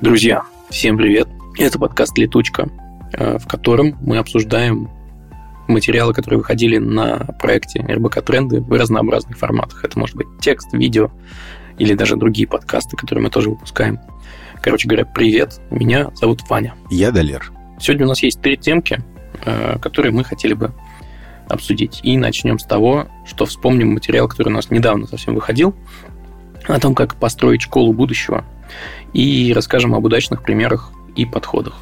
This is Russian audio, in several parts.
Друзья, всем привет! Это подкаст «Летучка», в котором мы обсуждаем материалы, которые выходили на проекте РБК Тренды в разнообразных форматах. Это может быть текст, видео или даже другие подкасты, которые мы тоже выпускаем. Короче говоря, привет, меня зовут Ваня. Я Далер. Сегодня у нас есть 3 темки, которые мы хотели бы обсудить. И начнем с того, что вспомним материал, который у нас недавно совсем выходил, о том, как построить школу будущего, и расскажем об удачных примерах и подходах.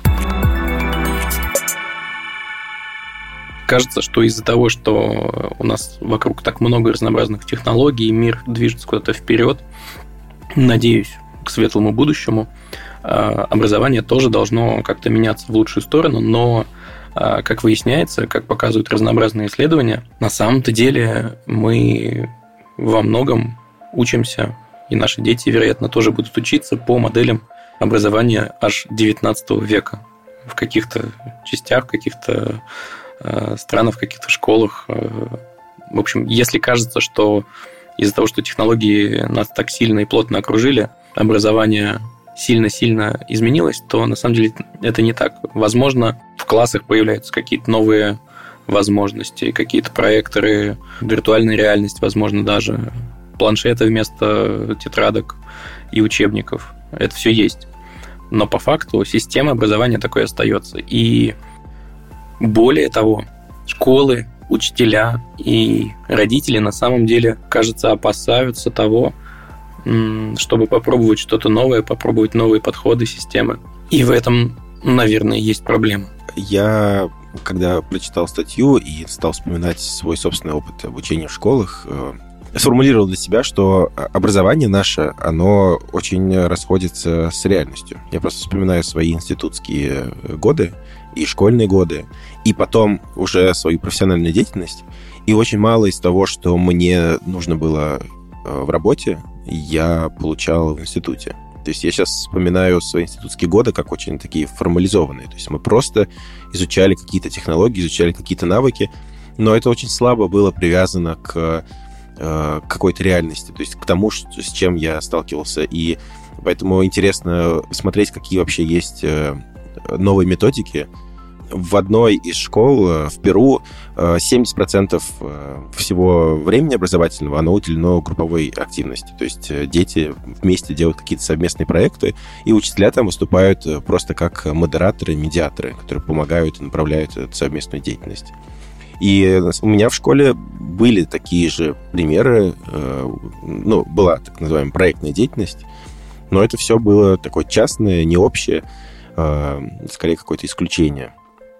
Кажется, что из-за того, что у нас вокруг так много разнообразных технологий, мир движется куда-то вперед, надеюсь, к светлому будущему, образование тоже должно как-то меняться в лучшую сторону, но, как выясняется, как показывают разнообразные исследования, на самом-то деле мы во многом учимся, и наши дети, вероятно, тоже будут учиться по моделям образования аж XIX века. В каких-то частях, в каких-то странах, в каких-то школах. В общем, если кажется, что из-за того, что технологии нас так сильно и плотно окружили, образование сильно-сильно изменилось, то на самом деле это не так. Возможно, в классах появляются какие-то новые возможности, какие-то проекторы, виртуальная реальность, возможно, даже планшеты вместо тетрадок и учебников. Это все есть. Но по факту система образования такой остается. И более того, школы, учителя и родители на самом деле, кажется, опасаются того, чтобы попробовать что-то новое, попробовать новые подходы, системы. И в этом, наверное, есть проблема. Я, когда прочитал статью и стал вспоминать свой собственный опыт обучения в школах, сформулировал для себя, что образование наше, оно очень расходится с реальностью. Я просто вспоминаю свои институтские годы и школьные годы, и потом уже свою профессиональную деятельность. И очень мало из того, что мне нужно было в работе, я получал в институте. То есть я сейчас вспоминаю свои институтские годы как очень такие формализованные. То есть мы просто изучали какие-то технологии, изучали какие-то навыки, но это очень слабо было привязано к какой-то реальности, то есть к тому, с чем я сталкивался. И поэтому интересно смотреть, какие вообще есть новые методики. В одной из школ в Перу 70% всего времени образовательного оно уделено групповой активности. То есть дети вместе делают какие-то совместные проекты, и учителя там выступают просто как модераторы, медиаторы, которые помогают и направляют эту совместную деятельность. И у меня в школе были такие же примеры, была так называемая проектная деятельность, но это все было такое частное, не общее, скорее какое-то исключение.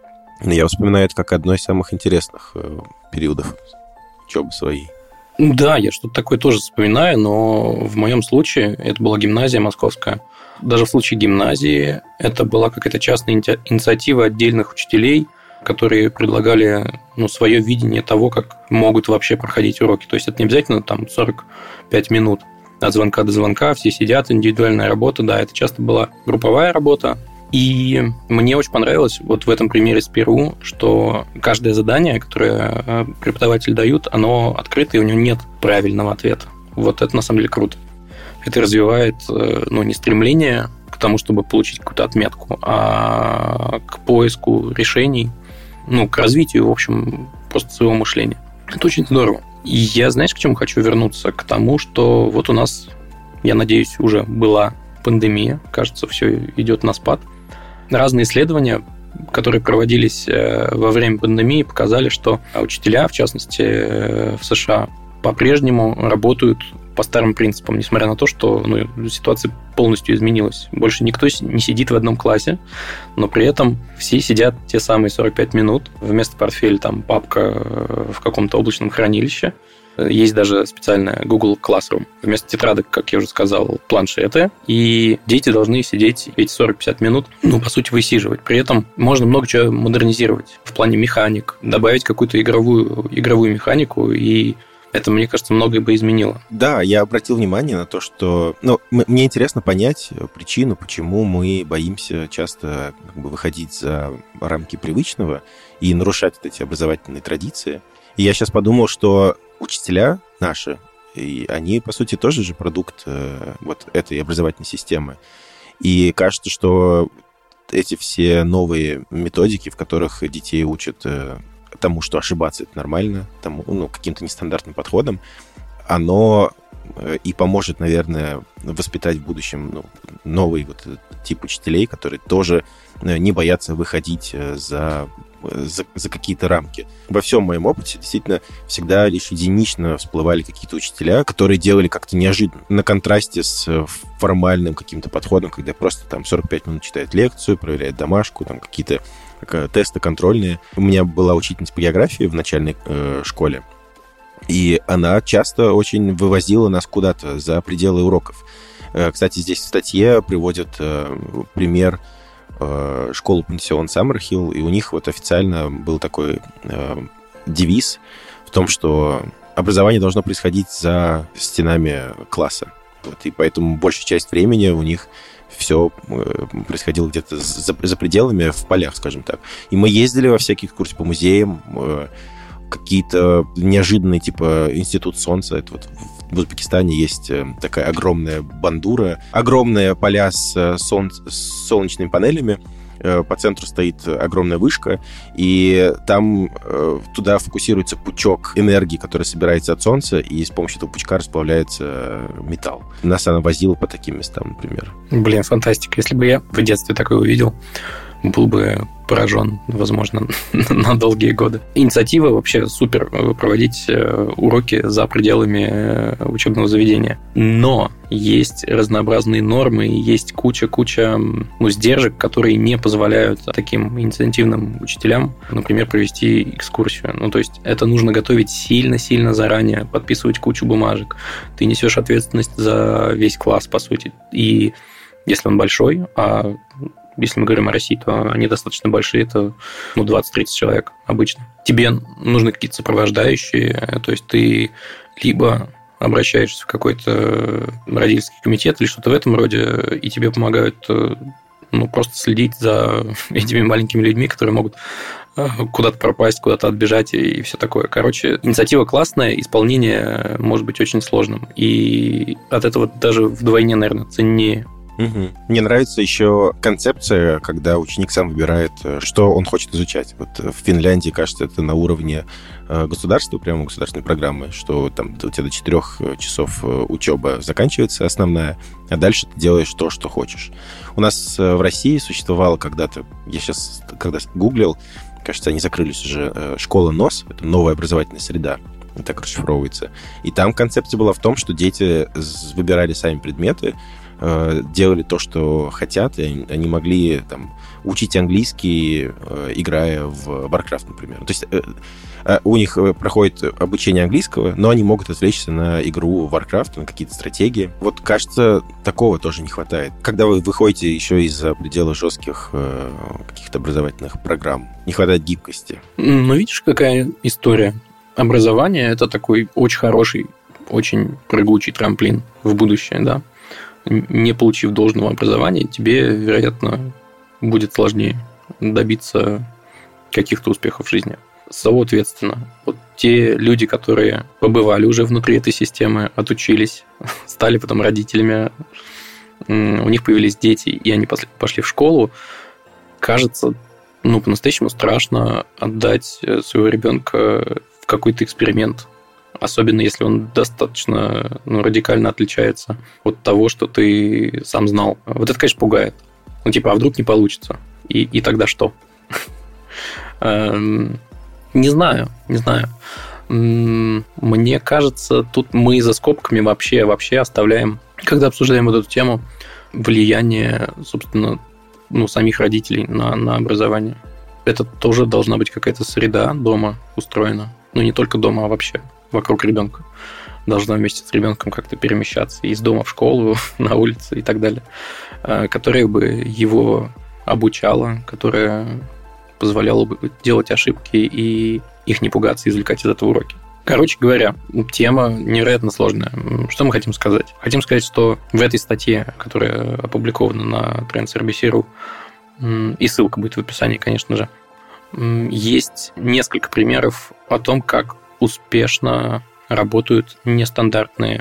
Я вспоминаю это как одно из самых интересных периодов учебы своей. Да, я что-то такое тоже вспоминаю, но в моем случае это была гимназия московская. Даже в случае гимназии это была какая-то частная инициатива отдельных учителей, которые предлагали свое видение того, как могут вообще проходить уроки. То есть это не обязательно 45 минут от звонка до звонка, все сидят, индивидуальная работа. Да, это часто была групповая работа. И мне очень понравилось вот в этом примере с Перу, что каждое задание, которое преподаватели дают, оно открыто, и у него нет правильного ответа. Вот это на самом деле круто. Это развивает не стремление к тому, чтобы получить какую-то отметку, а к поиску решений, к развитию, в общем, просто своего мышления. Это очень здорово. И я, знаешь, к чему хочу вернуться? К тому, что вот у нас, я надеюсь, уже была пандемия, кажется, все идет на спад. Разные исследования, которые проводились во время пандемии, показали, что учителя, в частности, в США, по-прежнему работают по старым принципам, несмотря на то, что ситуация полностью изменилась. Больше никто не сидит в одном классе, но при этом все сидят те самые 45 минут. Вместо портфеля папка в каком-то облачном хранилище. Есть даже специальная Google Classroom. Вместо тетрадок, как я уже сказал, планшеты. И дети должны сидеть эти 40-50 минут, по сути, высиживать. При этом можно много чего модернизировать в плане механик, добавить какую-то игровую механику, и это, мне кажется, многое бы изменило. Да, я обратил внимание на то, что... мне интересно понять причину, почему мы боимся часто выходить за рамки привычного и нарушать эти образовательные традиции. И я сейчас подумал, что учителя наши, и они, по сути, тоже же продукт вот этой образовательной системы. И кажется, что эти все новые методики, в которых детей учат тому, что ошибаться это нормально, тому, каким-то нестандартным подходам, оно и поможет, наверное, воспитать в будущем новый тип учителей, которые тоже не боятся выходить за какие-то рамки. Во всем моем опыте действительно всегда лишь единично всплывали какие-то учителя, которые делали как-то неожиданно, на контрасте с формальным каким-то подходом, когда просто 45 минут читает лекцию, проверяет домашку, какие-то тесты контрольные. У меня была учительница по географии в начальной школе, и она часто очень вывозила нас куда-то за пределы уроков. Кстати, здесь в статье приводят пример школу-пансион Саммерхилл, и у них официально был такой девиз в том, что образование должно происходить за стенами класса. И поэтому большая часть времени у них все происходило где-то за пределами, в полях, скажем так. И мы ездили во всякие экскурсии по музеям, какие-то неожиданные, типа Институт Солнца. Это в Узбекистане есть такая огромная бандура, огромные поля с солнечными панелями. По центру стоит огромная вышка, и там туда фокусируется пучок энергии, который собирается от Солнца, и с помощью этого пучка расплавляется металл. Нас она возила по таким местам, например. Блин, фантастика. Если бы я в детстве такое увидел, был бы поражен, возможно, на долгие годы. Инициатива вообще супер, проводить уроки за пределами учебного заведения. Но есть разнообразные нормы, есть куча сдержек, которые не позволяют таким инициативным учителям, например, провести экскурсию. То есть это нужно готовить сильно-сильно заранее, подписывать кучу бумажек. Ты несешь ответственность за весь класс, по сути. И если он большой, если мы говорим о России, то они достаточно большие, это 20-30 человек обычно. Тебе нужны какие-то сопровождающие, то есть ты либо обращаешься в какой-то родительский комитет или что-то в этом роде, и тебе помогают просто следить за этими маленькими людьми, которые могут куда-то пропасть, куда-то отбежать и все такое. Короче, инициатива классная, исполнение может быть очень сложным. И от этого даже вдвойне, наверное, ценнее. Угу. Мне нравится еще концепция, когда ученик сам выбирает, что он хочет изучать. В Финляндии, кажется, это на уровне государства, прямо государственной программы, что там у тебя до 4 часов учеба заканчивается основная, а дальше ты делаешь то, что хочешь. У нас в России существовало когда-то, я сейчас, когда гуглил, кажется, они закрылись уже, школа НОС, это новая образовательная среда, так расшифровывается. И там концепция была в том, что дети выбирали сами предметы, делали то, что хотят, и они могли учить английский, играя в Warcraft, например. То есть у них проходит обучение английского, но они могут отвлечься на игру в Warcraft, на какие-то стратегии. Кажется, такого тоже не хватает. Когда вы выходите еще из-за предела жестких каких-то образовательных программ, не хватает гибкости. Видишь, какая история. Образование – это такой очень хороший, очень прыгучий трамплин в будущее, да? Не получив должного образования, тебе, вероятно, будет сложнее добиться каких-то успехов в жизни. Соответственно, те люди, которые побывали уже внутри этой системы, отучились, стали потом родителями, у них появились дети, и они пошли в школу, кажется, по-настоящему страшно отдать своего ребенка в какой-то эксперимент. Особенно если он достаточно радикально отличается от того, что ты сам знал. Это, конечно, пугает. А вдруг не получится? И тогда что? Не знаю. Мне кажется, тут мы за скобками вообще оставляем, когда обсуждаем эту тему, влияние, собственно, самих родителей на образование. Это тоже должна быть какая-то среда дома устроена. Не только дома, а вообще вокруг ребенка. Должна вместе с ребенком как-то перемещаться из дома в школу, на улице и так далее, которая бы его обучала, которая позволяла бы делать ошибки и их не пугаться, извлекать из этого уроки. Короче говоря, тема невероятно сложная. Что мы хотим сказать? Хотим сказать, что в этой статье, которая опубликована на Trends.rbc.ru, и ссылка будет в описании, конечно же, есть несколько примеров о том, как успешно работают нестандартные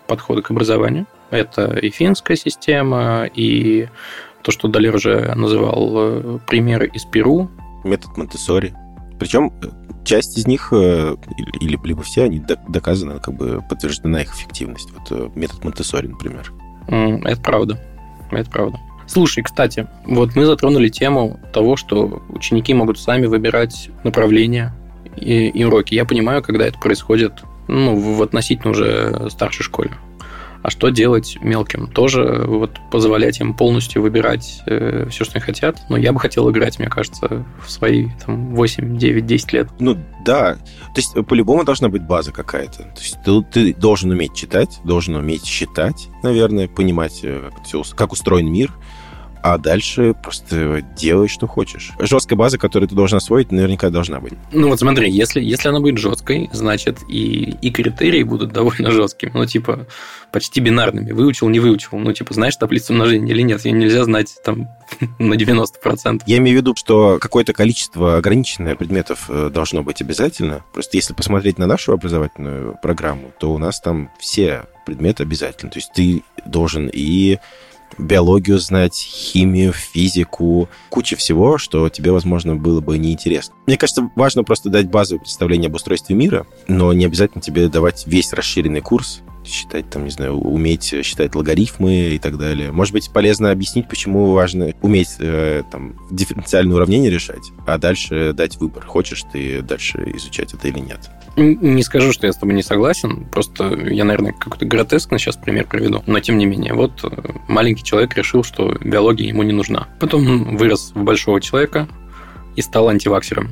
подходы к образованию. Это и финская система, и то, что Далер уже называл примеры из Перу. Метод Монтессори. Причем часть из них, или либо все, они доказаны, как бы подтверждена их эффективность. Вот метод Монтессори, например. Это правда. Это правда. Слушай, кстати, вот мы затронули тему того, что ученики могут сами выбирать направления и уроки. Я понимаю, когда это происходит в относительно уже старшей школе. А что делать мелким? Тоже вот позволять им полностью выбирать все, что они хотят. Но я бы хотел играть, мне кажется, в свои 8, 9, 10 лет. Да. То есть по-любому должна быть база какая-то. То есть ты должен уметь читать, должен уметь считать, наверное, понимать, как устроен мир. А дальше просто делай, что хочешь. Жесткая база, которую ты должен освоить, наверняка должна быть. Вот смотри, если она будет жесткой, значит, и критерии будут довольно жесткими. Почти бинарными. Выучил, не выучил. Знаешь таблицу умножения или нет? Ее нельзя знать на 90%. Я имею в виду, что какое-то количество ограниченное предметов должно быть обязательно. Просто если посмотреть на нашу образовательную программу, то у нас там все предметы обязательны. То есть ты должен и биологию знать, химию, физику, куча всего, что тебе, возможно, было бы неинтересно. Мне кажется, важно просто дать базовое представление об устройстве мира, но не обязательно тебе давать весь расширенный курс, считать, уметь считать логарифмы и так далее. Может быть, полезно объяснить, почему важно уметь дифференциальные уравнения решать, а дальше дать выбор, хочешь ты дальше изучать это или нет. Не скажу, что я с тобой не согласен, просто я, наверное, какой-то гротескный сейчас пример приведу, но тем не менее, вот маленький человек решил, что биология ему не нужна. Потом вырос в большого человека и стал антиваксером.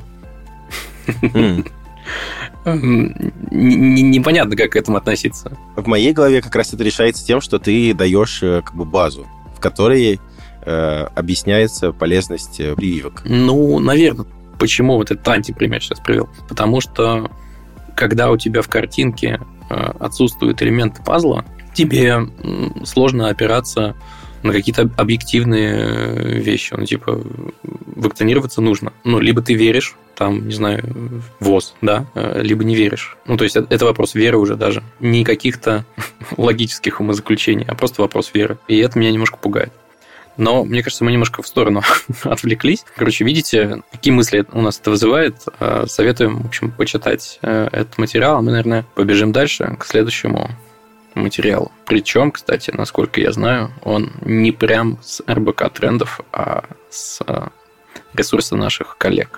Непонятно, как к этому относиться. В моей голове как раз это решается тем, что ты даешь базу, в которой объясняется полезность прививок. Наверное. Почему вот этот антипример сейчас привел? Потому что когда у тебя в картинке отсутствуют элементы пазла, тебе сложно опираться на какие-то объективные вещи. Вакцинироваться нужно. Либо ты веришь, в ВОЗ, да, либо не веришь. То есть это вопрос веры уже даже. Не каких-то логических умозаключений, а просто вопрос веры. И это меня немножко пугает. Но, мне кажется, мы немножко в сторону отвлеклись. Видите, какие мысли у нас это вызывает. Советуем, в общем, почитать этот материал. Мы, наверное, побежим дальше к следующему материалу. Причем, кстати, насколько я знаю, он не прям с РБК трендов, а с ресурса наших коллег.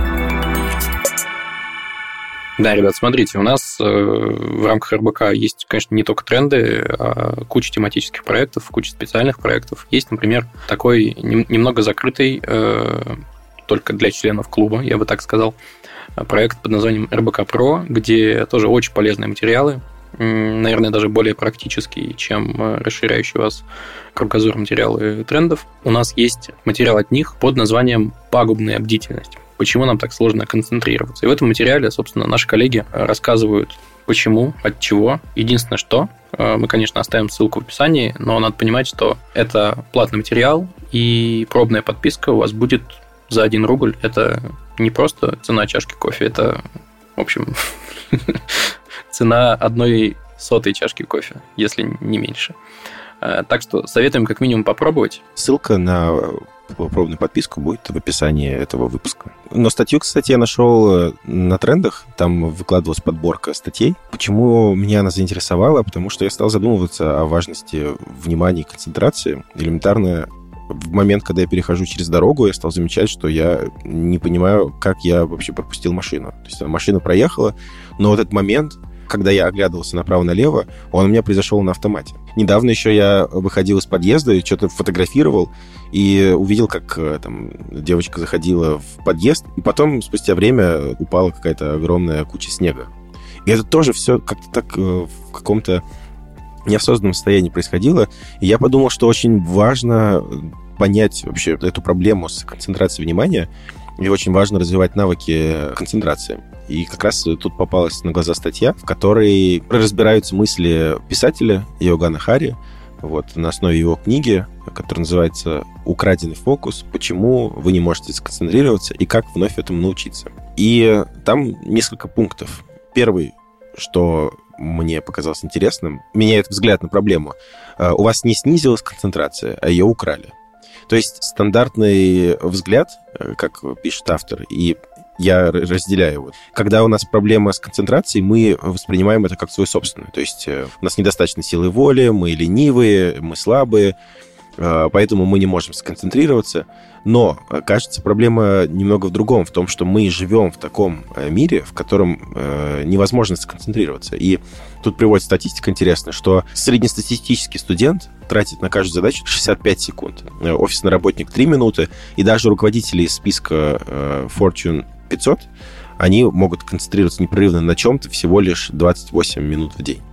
Да, ребят, смотрите, у нас в рамках РБК есть, конечно, не только тренды, а куча тематических проектов, куча специальных проектов. Есть, например, такой немного закрытый, только для членов клуба, я бы так сказал, проект под названием РБК Про, где тоже очень полезные материалы, наверное, даже более практические, чем расширяющие вас кругозор материалы трендов. У нас есть материал от них под названием «Пагубная бдительность». Почему нам так сложно концентрироваться. И в этом материале, собственно, наши коллеги рассказывают, почему, от чего. Единственное, что мы, конечно, оставим ссылку в описании, но надо понимать, что это платный материал, и пробная подписка у вас будет за 1 рубль. Это не просто цена чашки кофе, это, в общем, цена 1/100 чашки кофе, если не меньше. Так что советуем как минимум попробовать. Ссылка на пробную подписку будет в описании этого выпуска. Но статью, кстати, я нашел на трендах. Там выкладывалась подборка статей. Почему меня она заинтересовала? Потому что я стал задумываться о важности внимания и концентрации. Элементарно, в момент, когда я перехожу через дорогу, я стал замечать, что я не понимаю, как я вообще пропустил машину. То есть машина проехала, но вот этот момент, когда я оглядывался направо-налево, он у меня произошел на автомате. Недавно еще я выходил из подъезда и что-то фотографировал, и увидел, как девочка заходила в подъезд, и потом, спустя время, упала какая-то огромная куча снега. И это тоже все как-то так в каком-то неосознанном состоянии происходило. И я подумал, что очень важно понять вообще эту проблему с концентрацией внимания, и очень важно развивать навыки концентрации. И как раз тут попалась на глаза статья, в которой разбираются мысли писателя Йогана Хари, на основе его книги, которая называется «Украденный фокус. Почему вы не можете сконцентрироваться и как вновь этому научиться». И там несколько пунктов. Первый, что мне показалось интересным, меняет взгляд на проблему. У вас не снизилась концентрация, а ее украли. То есть стандартный взгляд, как пишет автор, и я разделяю его. Когда у нас проблема с концентрацией, мы воспринимаем это как свою собственную. То есть у нас недостаточно силы воли, мы ленивые, мы слабые, поэтому мы не можем сконцентрироваться. Но, кажется, проблема немного в другом, в том, что мы живем в таком мире, в котором невозможно сконцентрироваться. И тут приводит статистика интересная, что среднестатистический студент тратит на каждую задачу 65 секунд. Офисный работник 3 минуты, и даже руководители из списка Fortune 500, они могут концентрироваться непрерывно на чем-то всего лишь 28 минут в день.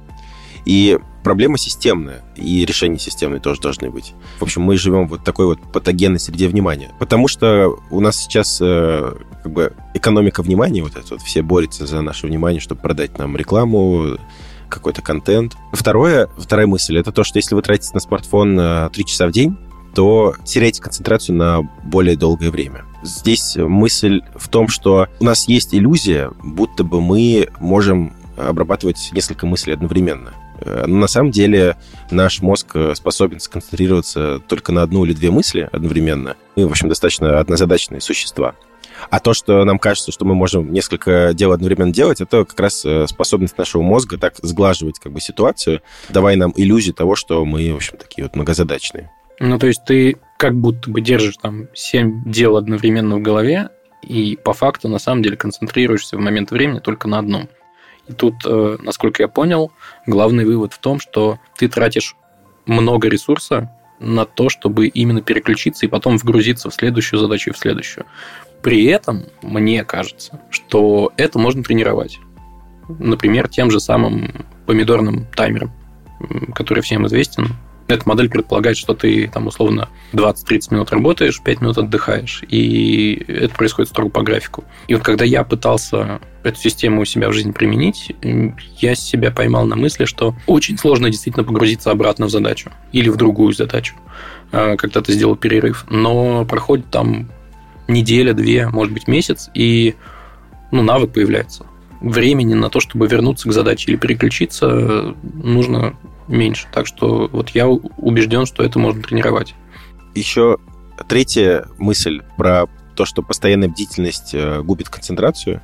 И проблема системная, и решения системные тоже должны быть. В общем, мы живем в вот такой вот патогенной среде внимания. Потому что у нас сейчас как бы экономика внимания, вот это вот, все борются за наше внимание, чтобы продать нам рекламу, какой-то контент. Вторая мысль — это то, что если вы тратите на смартфон 3 часа в день, то теряете концентрацию на более долгое время. Здесь мысль в том, что у нас есть иллюзия, будто бы мы можем обрабатывать несколько мыслей одновременно. Но на самом деле наш мозг способен сконцентрироваться только на одну или две мысли одновременно. Мы, в общем, достаточно однозадачные существа. А то, что нам кажется, что мы можем несколько дел одновременно делать, это как раз способность нашего мозга так сглаживать как бы ситуацию, давая нам иллюзию того, что мы, в общем, такие вот многозадачные. Ну, то есть ты как будто бы держишь там 7 дел одновременно в голове, и по факту на самом деле концентрируешься в момент времени только на одном. И тут, насколько я понял, главный вывод в том, что ты тратишь много ресурса на то, чтобы именно переключиться и потом вгрузиться в следующую задачу и в следующую. При этом, мне кажется, что это можно тренировать. Например, тем же самым помидорным таймером, который всем известен. Эта модель предполагает, что ты там условно 20-30 минут работаешь, 5 минут отдыхаешь. И это происходит строго по графику. И вот когда я пытался эту систему у себя в жизни применить, я себя поймал на мысли, что очень сложно действительно погрузиться обратно в задачу или в другую задачу, когда ты сделал перерыв. Но проходит там неделя, 2, может быть, месяц, и навык появляется. Времени на то, чтобы вернуться к задаче или переключиться, нужно меньше. Так что вот я убежден, что это можно тренировать. Еще третья мысль про то, что постоянная бдительность губит концентрацию.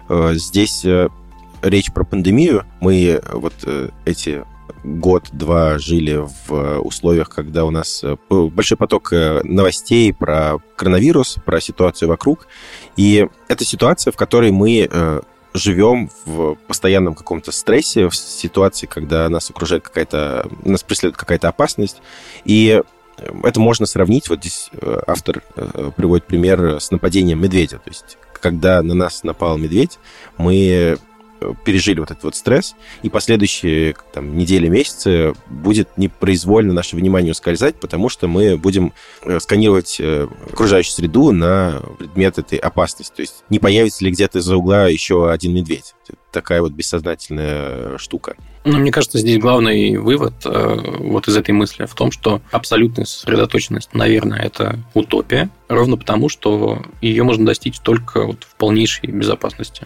Здесь речь про пандемию. Мы вот эти год-два жили в условиях, когда у нас большой поток новостей про коронавирус, про ситуацию вокруг. И это ситуация, в которой мы живем в постоянном каком-то стрессе, в ситуации, когда нас преследует какая-то опасность. И это можно сравнить, вот здесь автор приводит пример с нападением медведя. То есть, когда на нас напал медведь, мы пережили вот этот вот стресс, и последующие недели, месяцы будет непроизвольно наше внимание ускользать, потому что мы будем сканировать окружающую среду на предмет этой опасности. То есть не появится ли где-то из-за угла еще один медведь. Такая вот бессознательная штука. Мне кажется, здесь главный вывод вот из этой мысли в том, что абсолютная сосредоточенность, наверное, это утопия, ровно потому, что ее можно достичь только вот в полнейшей безопасности.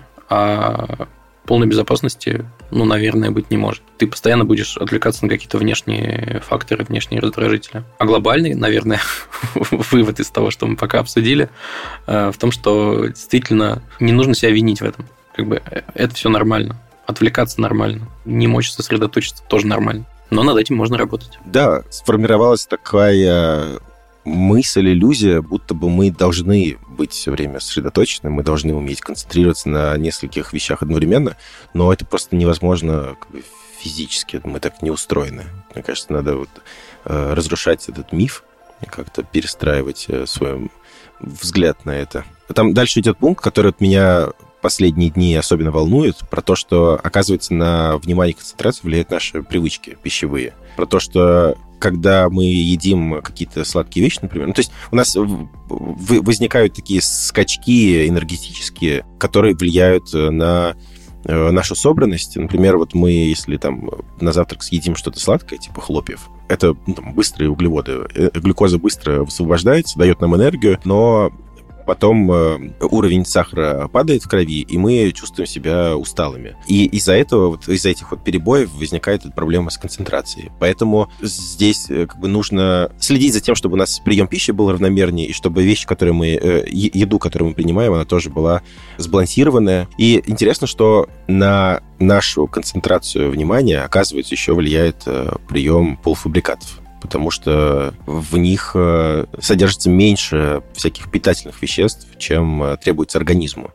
А полной безопасности, наверное, быть не может. Ты постоянно будешь отвлекаться на какие-то внешние факторы, внешние раздражители. А глобальный, наверное, вывод из того, что мы пока обсудили, в том, что действительно не нужно себя винить в этом. Это все нормально. Отвлекаться нормально. Не мочь сосредоточиться тоже нормально. Но над этим можно работать. Да, сформировалась такая мысль, иллюзия, будто бы мы должны быть все время сосредоточены, мы должны уметь концентрироваться на нескольких вещах одновременно, но это просто невозможно физически, мы так не устроены. Мне кажется, надо разрушать этот миф и как-то перестраивать свой взгляд на это. Там дальше идет пункт, который меня последние дни особенно волнует, про то, что, оказывается, на внимание и концентрацию влияют наши привычки пищевые. Про то, что когда мы едим какие-то сладкие вещи, например, то есть у нас возникают такие скачки энергетические, которые влияют на нашу собранность. Например, вот мы, если на завтрак съедим что-то сладкое, типа хлопьев, это быстрые углеводы. Глюкоза быстро высвобождается, дает нам энергию, но Потом уровень сахара падает в крови, и мы чувствуем себя усталыми. И из-за этого, из-за этих перебоев возникает проблема с концентрацией. Поэтому здесь нужно следить за тем, чтобы у нас прием пищи был равномернее, и чтобы вещи, которые еду, которую мы принимаем, она тоже была сбалансированная. И интересно, что на нашу концентрацию внимания, оказывается, еще влияет прием полуфабрикатов, потому что в них содержится меньше всяких питательных веществ, чем требуется организму.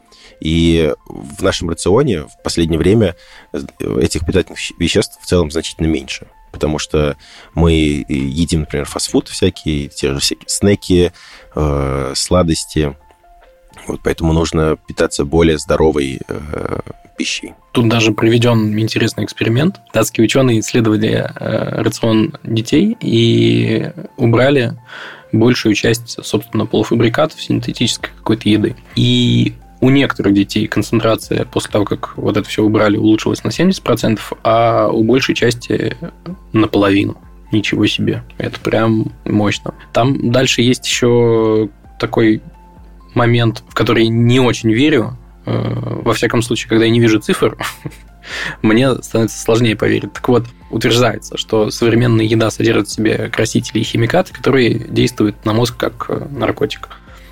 И в нашем рационе в последнее время этих питательных веществ в целом значительно меньше, потому что мы едим, например, фастфуд всякие, те же всякие снеки, сладости. Поэтому нужно питаться более здоровой пищей. Тут даже проведен интересный эксперимент. Датские ученые исследовали рацион детей и убрали большую часть, собственно, полуфабрикатов, синтетической какой-то еды. И у некоторых детей концентрация после того, как это все убрали, улучшилась на 70%, а у большей части наполовину. Ничего себе. Это прям мощно. Там дальше есть еще такой момент, в который я не очень верю. Во всяком случае, когда я не вижу цифр, мне становится сложнее поверить. Так вот, утверждается, что современная еда содержит в себе красители и химикаты, которые действуют на мозг как наркотик.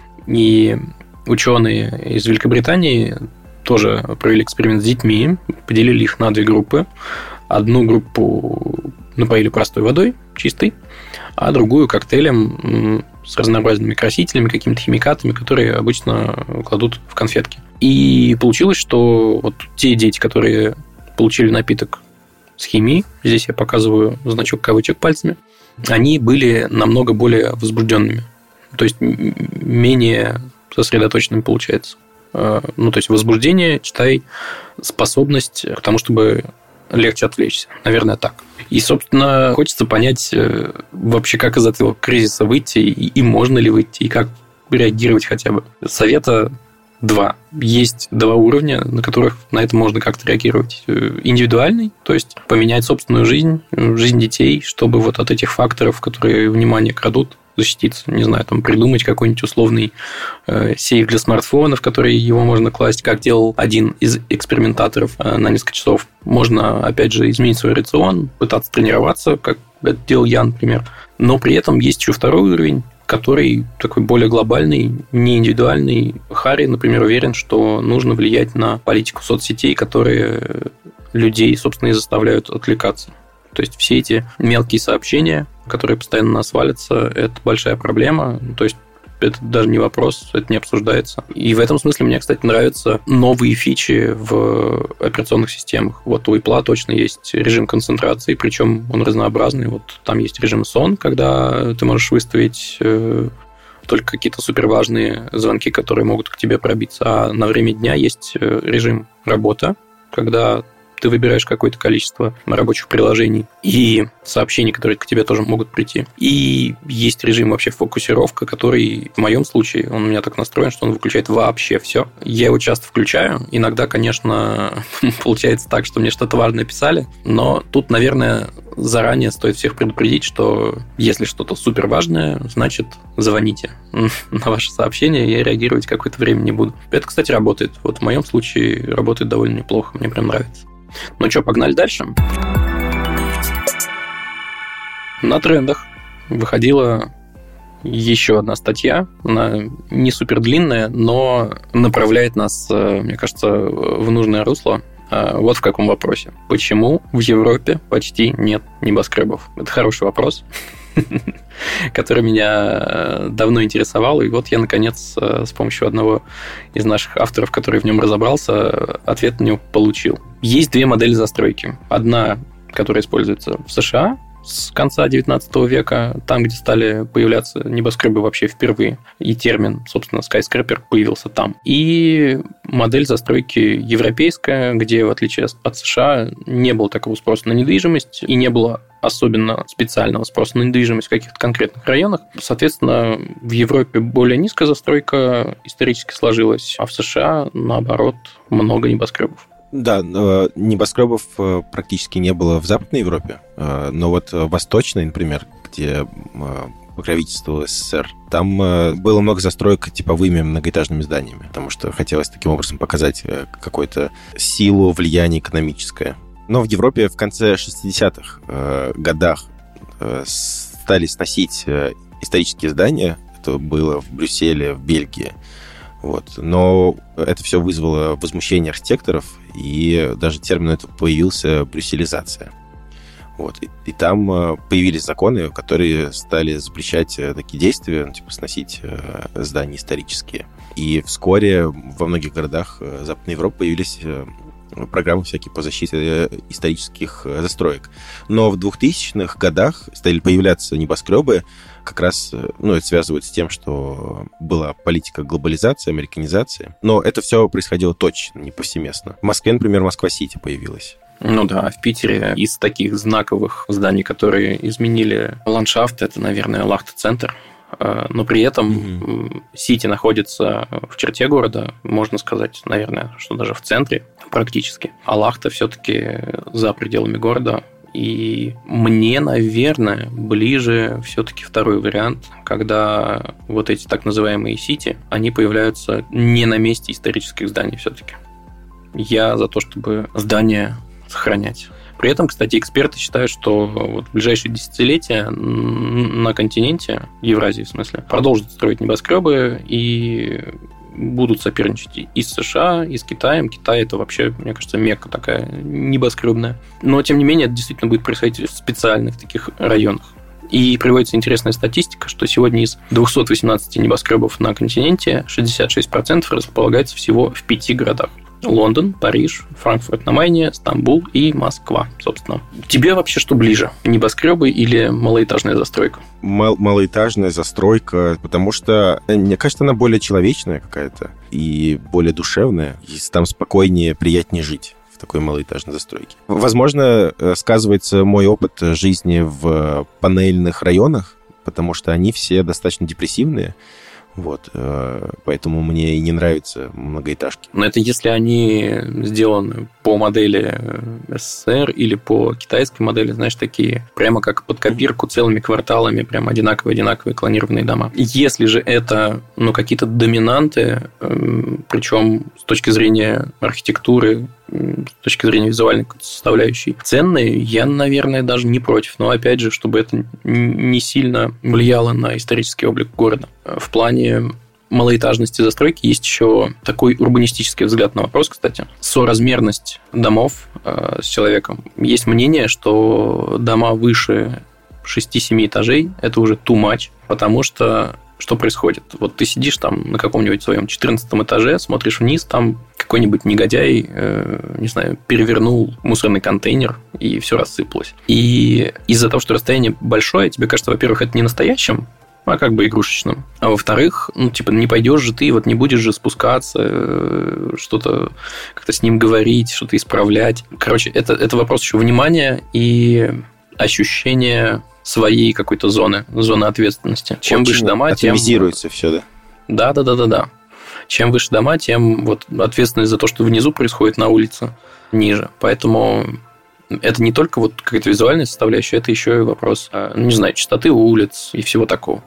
И ученые из Великобритании тоже провели эксперимент с детьми, поделили их на 2 группы. Одну группу напоили простой водой, чистой, а другую коктейлем с разнообразными красителями, какими-то химикатами, которые обычно кладут в конфетки. И получилось, что те дети, которые получили напиток с химией, здесь я показываю значок кавычек пальцами, они были намного более возбужденными, то есть менее сосредоточенными получается. То есть возбуждение, читай, способность к тому, чтобы легче отвлечься. Наверное, так. И, собственно, хочется понять вообще, как из этого кризиса выйти, и можно ли выйти, и как реагировать хотя бы. Совета 2. Есть 2 уровня, на которых на это можно как-то реагировать. Индивидуальный, то есть поменять собственную жизнь, жизнь детей, чтобы от этих факторов, которые внимание крадут, защититься. Не знаю, придумать какой-нибудь условный сейф для смартфона, в который его можно класть, как делал один из экспериментаторов на несколько часов. Можно, опять же, изменить свой рацион, пытаться тренироваться, как это делал я, например. Но при этом есть еще 2 уровень, который такой более глобальный, не индивидуальный. Харри, например, уверен, что нужно влиять на политику соцсетей, которые людей, собственно, и заставляют отвлекаться. То есть все эти мелкие сообщения, которые постоянно на нас валятся, это большая проблема. То есть это даже не вопрос, это не обсуждается. И в этом смысле мне, кстати, нравятся новые фичи в операционных системах. У Apple точно есть режим концентрации, причем он разнообразный. Там есть режим сон, когда ты можешь выставить только какие-то суперважные звонки, которые могут к тебе пробиться. А на время дня есть режим работа, когда ты выбираешь какое-то количество рабочих приложений и сообщений, которые к тебе тоже могут прийти. И есть режим вообще фокусировка, который в моем случае, он у меня так настроен, что он выключает вообще все. Я его часто включаю. Иногда, конечно, получается так, что мне что-то важное писали, но тут, наверное, заранее стоит всех предупредить, что если что-то супер важное, значит, звоните на ваше сообщение, я реагировать какое-то время не буду. Это, кстати, работает. В моем случае работает довольно неплохо, мне прям нравится. Ну что, погнали дальше. На трендах выходила еще одна статья. Она не супер длинная, но направляет нас, мне кажется, в нужное русло. В каком вопросе. Почему в Европе почти нет небоскребов? Это хороший вопрос, который меня давно интересовал. И я, наконец, с помощью одного из наших авторов, который в нем разобрался, ответ на него получил. Есть 2 модели застройки. Одна, которая используется в США с конца 19 века, там, где стали появляться небоскребы вообще впервые, и термин, собственно, skyscraper появился там. И модель застройки европейская, где, в отличие от США, не было такого спроса на недвижимость, и не было особенно специального спроса на недвижимость в каких-то конкретных районах. Соответственно, в Европе более низкая застройка исторически сложилась, а в США, наоборот, много небоскребов. Да, небоскребов практически не было в Западной Европе, но в Восточной, например, где покровительствовал СССР. Там было много застроек типовыми многоэтажными зданиями, потому что хотелось таким образом показать какую-то силу, влияние экономическое. Но в Европе в конце 60-х годах стали сносить исторические здания. Это было в Брюсселе, в Бельгии. Но это все вызвало возмущение архитекторов, и даже термин это появился брюсселизация. И там появились законы, которые стали запрещать такие действия, сносить здания исторические. И вскоре во многих городах Западной Европы появились программы всякие по защите исторических застроек. Но в 2000-х годах стали появляться небоскребы, как раз, это связывают с тем, что была политика глобализации, американизации. Но это все происходило точно, не повсеместно. В Москве, например, Москва-Сити появилась. В Питере из таких знаковых зданий, которые изменили ландшафт, это, наверное, Лахта-центр. Но при этом Сити находится в черте города, можно сказать, наверное, что даже в центре практически. А Лахта все-таки за пределами города. И мне, наверное, ближе все-таки второй вариант, когда вот эти так называемые Сити, они появляются не на месте исторических зданий все-таки. Я за то, чтобы здания сохранять. При этом, кстати, эксперты считают, что в ближайшие десятилетия на континенте, Евразии в смысле, продолжат строить небоскребы и будут соперничать и с США, и с Китаем. Китай – это вообще, мне кажется, мекка такая небоскребная. Но, тем не менее, это действительно будет происходить в специальных таких районах. И приводится интересная статистика, что сегодня из 218 небоскребов на континенте 66% располагается всего в 5 городах. Лондон, Париж, Франкфурт на Майне, Стамбул и Москва, собственно. Тебе вообще что ближе? Небоскребы или малоэтажная застройка? Малоэтажная застройка, потому что, мне кажется, она более человечная какая-то и более душевная. И там спокойнее, приятнее жить в такой малоэтажной застройке. Возможно, сказывается мой опыт жизни в панельных районах, потому что они все достаточно депрессивные. Поэтому мне и не нравятся многоэтажки. Но это если они сделаны по модели СССР или по китайской модели, знаешь, такие прямо как под копирку целыми кварталами, прям одинаковые клонированные дома. Если же это, какие-то доминанты, причем с точки зрения архитектуры, с точки зрения визуальной составляющей ценные, я, наверное, даже не против. Но, опять же, чтобы это не сильно влияло на исторический облик города. В плане малоэтажности застройки есть еще такой урбанистический взгляд на вопрос, кстати. Соразмерность домов с человеком. Есть мнение, что дома выше 6-7 этажей – это уже too much, потому что что происходит? Ты сидишь там на каком-нибудь своем 14 этаже, смотришь вниз, там какой-нибудь негодяй, перевернул мусорный контейнер, и все рассыпалось. И из-за того, что расстояние большое, тебе кажется, во-первых, это не настоящим, а как бы игрушечным. А во-вторых, не пойдешь же ты, не будешь же спускаться, что-то как-то с ним говорить, что-то исправлять. Короче, это вопрос еще внимания и ощущения своей какой-то зоны ответственности. Чем очень выше дома, тем... Атомизируется все, да? Да. Чем выше дома, тем ответственность за то, что внизу происходит на улице, ниже. Поэтому это не только какая-то визуальная составляющая, это еще и вопрос, чистоты улиц и всего такого.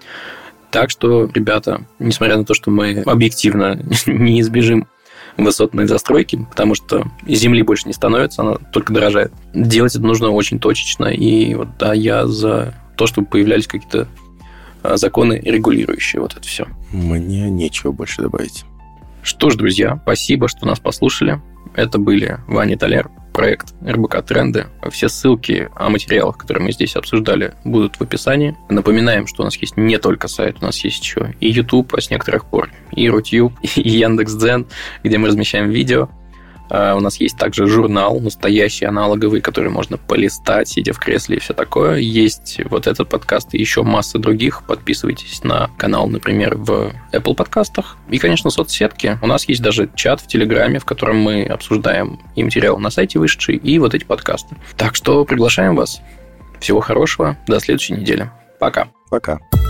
Так что, ребята, несмотря на то, что мы объективно не избежим высотной застройки, потому что земли больше не становится, она только дорожает. Делать это нужно очень точечно, и я за то, чтобы появлялись какие-то законы, регулирующие это все. Мне нечего больше добавить. Что ж, друзья, спасибо, что нас послушали. Это были Ваня и Толяр, проект РБК Тренды. Все ссылки о материалах, которые мы здесь обсуждали, будут в описании. Напоминаем, что у нас есть не только сайт, у нас есть еще и YouTube, а с некоторых пор и Рутюб, и Яндекс.Дзен, где мы размещаем видео. У нас есть также журнал, настоящий, аналоговый, который можно полистать, сидя в кресле и все такое. Есть этот подкаст и еще масса других. Подписывайтесь на канал, например, в Apple подкастах. И, конечно, соцсетки. У нас есть даже чат в Телеграме, в котором мы обсуждаем и материал на сайте вышедший, и эти подкасты. Так что приглашаем вас. Всего хорошего. До следующей недели. Пока. Пока.